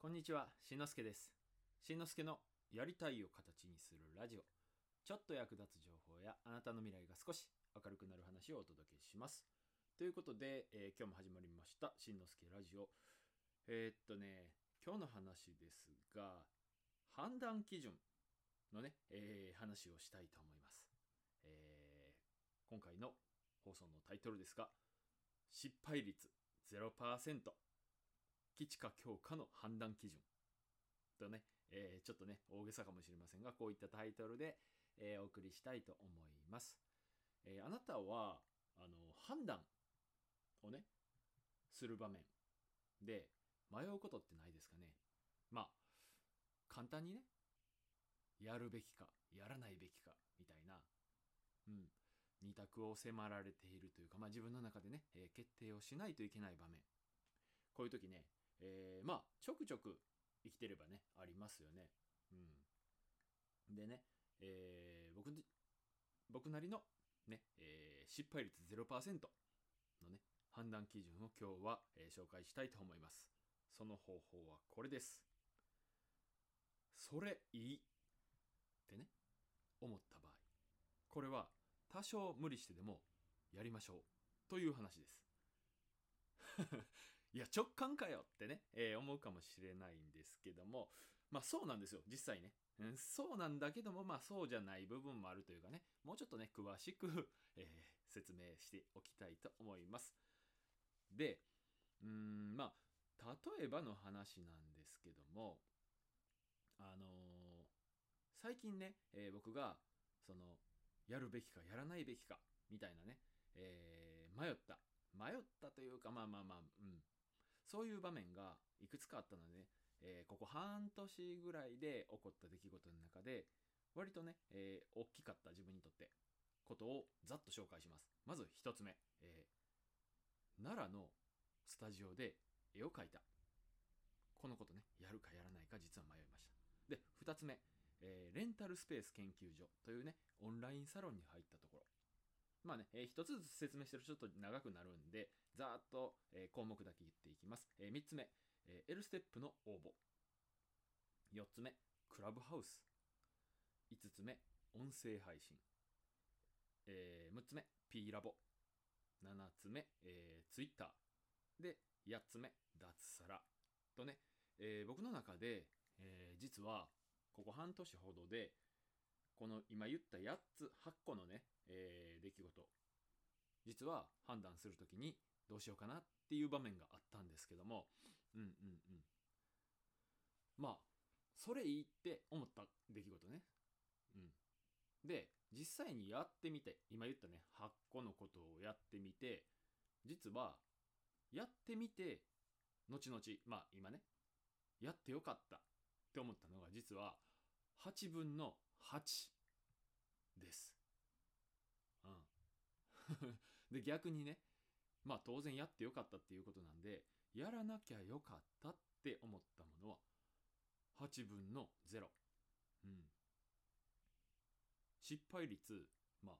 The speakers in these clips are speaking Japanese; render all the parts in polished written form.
こんにちは、しんのすけです。しんのすけのやりたいを形にするラジオ。ちょっと役立つ情報やあなたの未来が少し明るくなる話をお届けします。ということで、今日も始まりました、しんのすけラジオ。今日の話ですが、判断基準のね、話をしたいと思います。今回の放送のタイトルですが、失敗率 0%。基地か強化の判断基準とね、ちょっとね大げさかもしれませんが、こういったタイトルで、お送りしたいと思います。あなたは判断をねする場面で迷うことってないですかね。まあ簡単にね、やるべきかやらないべきかみたいな、二択を迫られているというか、自分の中でね、決定をしないといけない場面、こういう時ね、ちょくちょく生きてればねありますよね。でね、僕なりのね、失敗率 0% のね判断基準を今日は、紹介したいと思います。その方法はこれです。それいいってね思った場合、これは多少無理してでもやりましょうという話です。いや直感かよってね、思うかもしれないんですけども、そうなんですよ実際ね。そうなんだけども、そうじゃない部分もあるというかね、もうちょっとね詳しく、説明しておきたいと思います。で、例えばの話なんですけども、最近ね、僕がそのやるべきかやらないべきかみたいなね、迷ったというか、そういう場面がいくつかあったのでね、ここ半年ぐらいで起こった出来事の中で割とね、大きかった自分にとってことをざっと紹介します。まず一つ目、奈良のスタジオで絵を描いた。このことね、やるかやらないか実は迷いました。で、二つ目、レンタルスペース研究所というねオンラインサロンに入ったところ。一つずつ説明してるとちょっと長くなるんで、ざーっと、項目だけ言っていきます。3つ目、L ステップの応募。4つ目、クラブハウス。5つ目、音声配信。6つ目、P ラボ。7つ目、Twitter。で、8つ目、脱サラ。とね、僕の中で、実はここ半年ほどでこの今言った8つ8個のね、出来事、実は判断するときにどうしようかなっていう場面があったんですけども、うんうんうんまあそれいいって思った出来事ね。で実際にやってみて、今言ったね8個のことをやってみて、実はやってみて後々今ねやってよかったって思ったのが実は8分の8です。で逆にね、当然やってよかったっていうことなんで、やらなきゃよかったって思ったものは8分の0。失敗率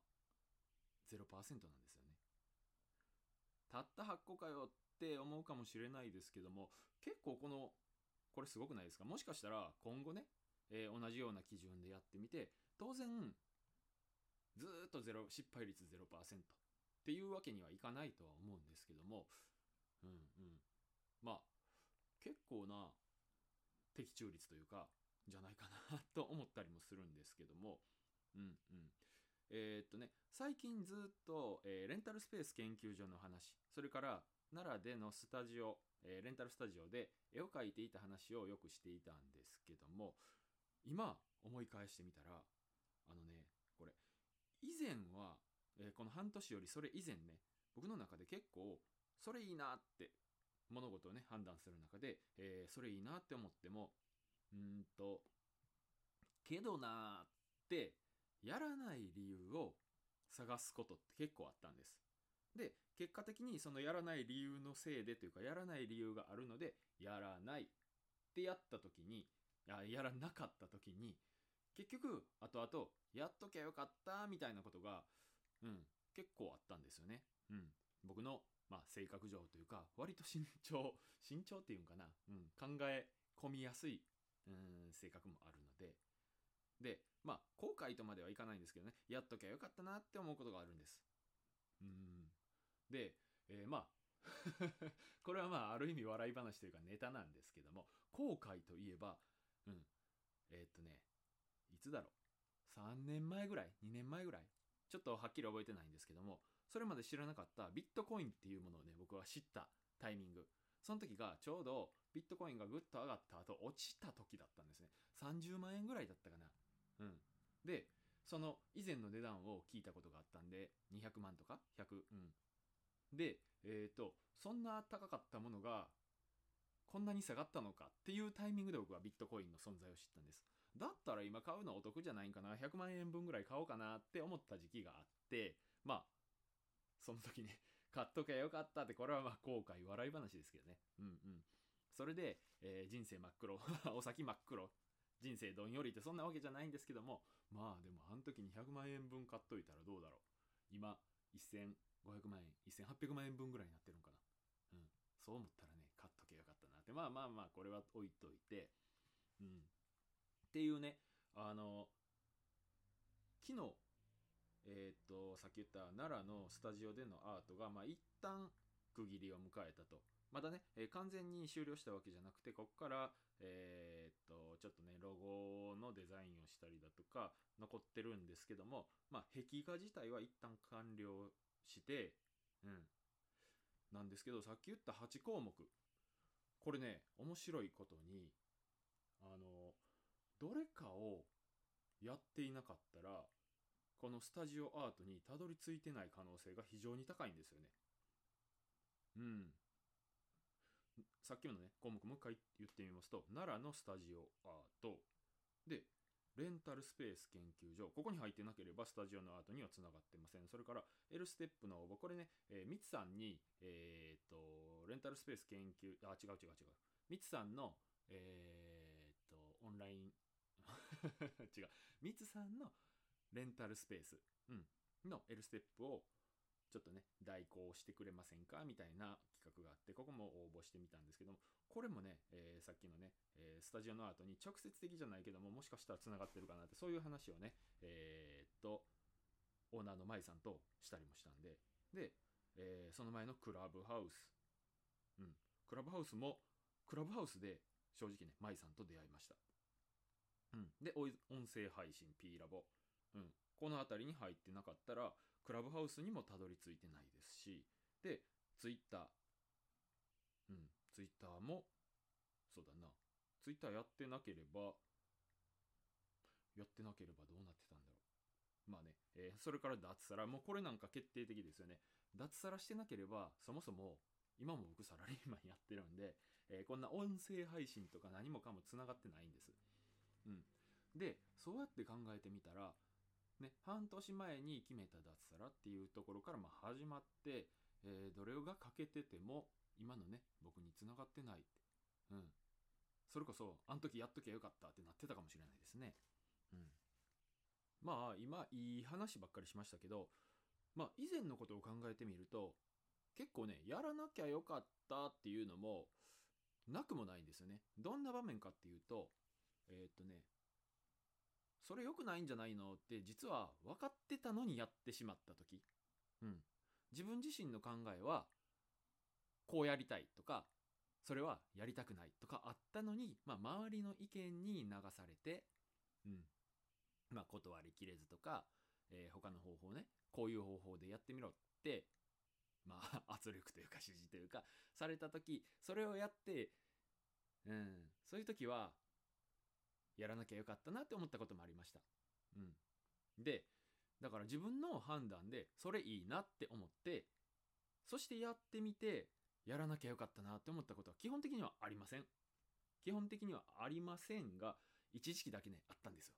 0% なんですよね。たった8個かよって思うかもしれないですけども、結構これすごくないですか。もしかしたら今後ね、同じような基準でやってみて、当然ずっと失敗率 0% っていうわけにはいかないとは思うんですけども、うんうんまあ結構な的中率というかじゃないかなと思ったりもするんですけども、最近ずっと、レンタルスペース研究所の話、それから奈良でのスタジオ、レンタルスタジオで絵を描いていた話をよくしていたんですけども、今思い返してみたら、これ以前は、この半年よりそれ以前ね、僕の中で結構それいいなって物事をね判断する中で、それいいなって思っても、うーんとけどなーってやらない理由を探すことって結構あったんです。で結果的にそのやらない理由のせいでというか、やらない理由があるのでやらないってやった時に、やらなかった時に、結局後々やっときゃよかったみたいなことが、結構あったんですよね。僕の、性格上というか割と慎重っていうんかな、考え込みやすい性格もあるので、まあ後悔とまではいかないんですけどね、やっときゃよかったなって思うことがあるんです。で、まあこれはまあある意味笑い話というかネタなんですけども、後悔といえば、うんいつだろう、3年前ぐらい、2年前ぐらい、ちょっとはっきり覚えてないんですけども、それまで知らなかったビットコインっていうものをね、僕は知ったタイミング、その時がちょうどビットコインがぐっと上がった後落ちた時だったんですね。30万円ぐらいだったかな。で、その以前の値段を聞いたことがあったんで、200万とか100、で、そんな高かったものがこんなに下がったのかっていうタイミングで僕はビットコインの存在を知ったんです。だったら今買うのお得じゃないんかな、100万円分ぐらい買おうかなって思った時期があって、まあその時ね、買っとけばよかったって、これはまあ後悔笑い話ですけどね。それで、人生真っ黒お先真っ黒、人生どんよりってそんなわけじゃないんですけども、まあでもあの時に100万円分買っといたらどうだろう、今1500万円1800万円分ぐらいになってるんかな。そう思ったらね、買っとけばよかったなって、まあまあまあこれは置いといて、っていうね、昨日さっき言った奈良のスタジオでのアートが、まあ、一旦区切りを迎えたと。まだね、完全に終了したわけじゃなくて、ここから、ちょっとね、ロゴのデザインをしたりだとか、残ってるんですけども、まあ、壁画自体は一旦完了して、なんですけど、さっき言った8項目、これね、面白いことに、どれかをやっていなかったら、このスタジオアートにたどり着いてない可能性が非常に高いんですよね。さっきのね項目もう一回言ってみますと、奈良のスタジオアートで、レンタルスペース研究所、ここに入ってなければスタジオのアートにはつながってません。それから L ステップの応募、これね、ミツさんに、レンタルスペース研究、違う、ミツさんのオンライン違う、ミツさんのレンタルスペース、の L ステップをちょっとね代行してくれませんかみたいな企画があって、ここも応募してみたんですけども、これもね、さっきのね、スタジオのアートに直接的じゃないけども、もしかしたらつながってるかなって、そういう話をねオーナーの舞さんとしたりもしたんで、その前のクラブハウス、クラブハウスもクラブハウスで正直ね舞さんと出会いました。で音声配信 P ラボ、この辺りに入ってなかったらクラブハウスにもたどり着いてないですし、でツイッター、ツイッターもそうだな、ツイッターやってなければどうなってたんだろう。まあね、それから脱サラ、もうこれなんか決定的ですよね。脱サラしてなければそもそも今も僕サラリーマンやってるんで、こんな音声配信とか何もかもつながってないんです。でそうやって考えてみたらね、半年前に決めた脱サラっていうところからまあ始まって、どれが欠けてても今のね僕に繋がってないって、それこそあの時やっときゃよかったってなってたかもしれないですね。まあ今いい話ばっかりしましたけど、まあ以前のことを考えてみると結構ねやらなきゃよかったっていうのもなくもないんですよね。どんな場面かっていうと、それ良くないんじゃないのって実は分かってたのにやってしまった時、自分自身の考えはこうやりたいとか、それはやりたくないとかあったのに、周りの意見に流されて、断りきれずとか、他の方法ね、こういう方法でやってみろって、圧力というか指示というかされた時、それをやって、そういう時はやらなきゃよかったなって思ったこともありました。でだから自分の判断でそれいいなって思って、そしてやってみてやらなきゃよかったなって思ったことは基本的にはありません。基本的にはありませんが、一時期だけねあったんですよ。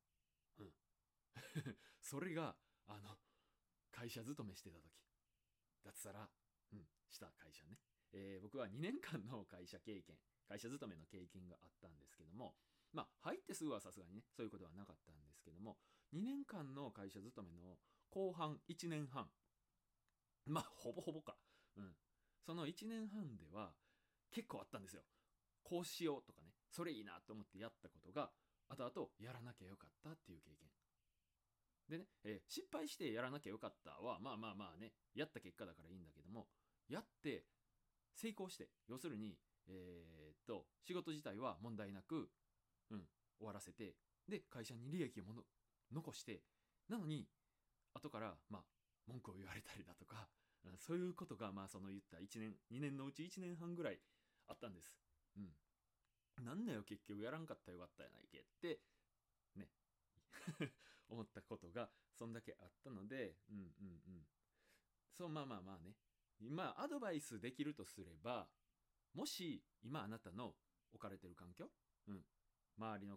それが会社勤めしてた時、脱サラ、した会社ね、僕は2年間の会社勤めの経験があったんですけども、入ってすぐはさすがにねそういうことはなかったんですけども、2年間の会社勤めの後半1年半、ほぼほぼか、その1年半では結構あったんですよ。こうしようとかね、 それいいなと思ってやったことが後々やらなきゃよかったっていう経験でね、失敗してやらなきゃよかったはまあまあまあね、やった結果だからいいんだけども、やって成功して、要するに仕事自体は問題なく、終わらせて、で会社に利益を残して、なのに後からまあ文句を言われたりだとか、そういうことがまあその言った1年2年のうち1年半ぐらいあったんです。なんだよ結局やらんかったらよかったやないけってね思ったことがそんだけあったので、そう、まあまあまあね、今アドバイスできるとすれば、もし今あなたの置かれてる環境、周りの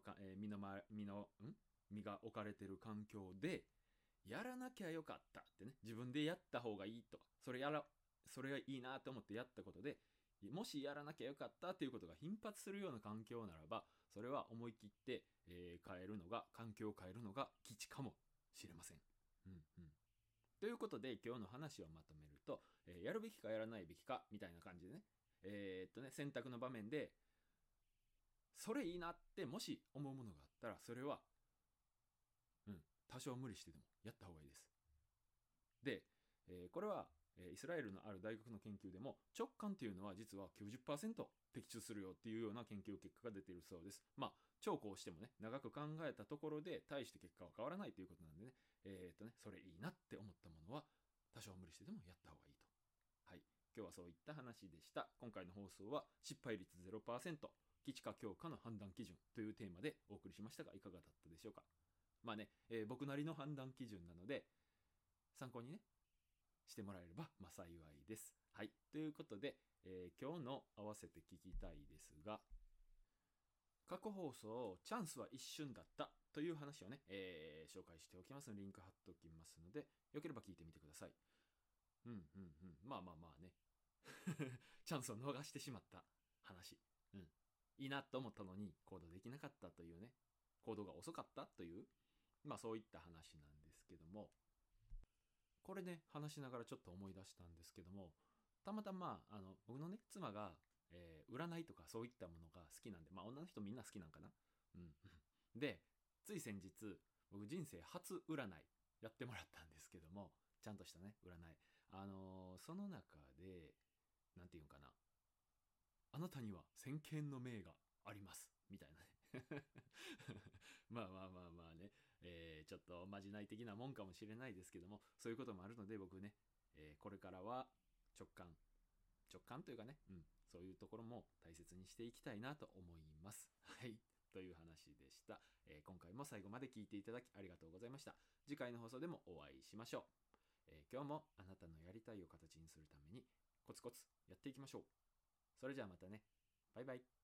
身が置かれてる環境でやらなきゃよかったってね、自分でやった方がいいとか、それがいいなと思ってやったことで、もしやらなきゃよかったっていうことが頻発するような環境ならば、それは思い切って、環境を変えるのが吉かもしれません。ということで今日の話をまとめると、やるべきかやらないべきかみたいな感じでね、選択の場面でそれいいなってもし思うものがあったら、それは多少無理してでもやった方がいいです。で、これはイスラエルのある大学の研究でも、直感っていうのは実は 90% 的中するよっていうような研究結果が出ているそうです。まあ長考してもね、長く考えたところで大して結果は変わらないということなんでね、それいいなって思ったものは多少無理してでもやった方がいいと。はい、今日はそういった話でした。今回の放送は失敗率 0%、吉か強かの判断基準というテーマでお送りしましたが、いかがだったでしょうか。まあね、僕なりの判断基準なので参考にねしてもらえれば幸いです。はい、ということで、今日の合わせて聞きたいですが、過去放送チャンスは一瞬だったという話をね、紹介しておきますので、リンク貼っておきますので、よければ聞いてみてください。まあまあまあねチャンスを逃してしまった話、いいなと思ったのに行動できなかったというね、行動が遅かったという、そういった話なんですけども、これね話しながらちょっと思い出したんですけども、たまたま僕のね妻が、占いとかそういったものが好きなんで、女の人みんな好きなんかな。でつい先日僕人生初占いやってもらったんですけども、ちゃんとしたね占い、その中でなんていうんかな、あなたには先見の明がありますみたいなねまあまあまあまあね、ちょっとまじない的なもんかもしれないですけども、そういうこともあるので僕ね、これからは直感というかね、そういうところも大切にしていきたいなと思います。はい、という話でした。今回も最後まで聞いていただきありがとうございました。次回の放送でもお会いしましょう。今日もあなたのやりたいを形にするためにコツコツやっていきましょう。それじゃあまたね。バイバイ。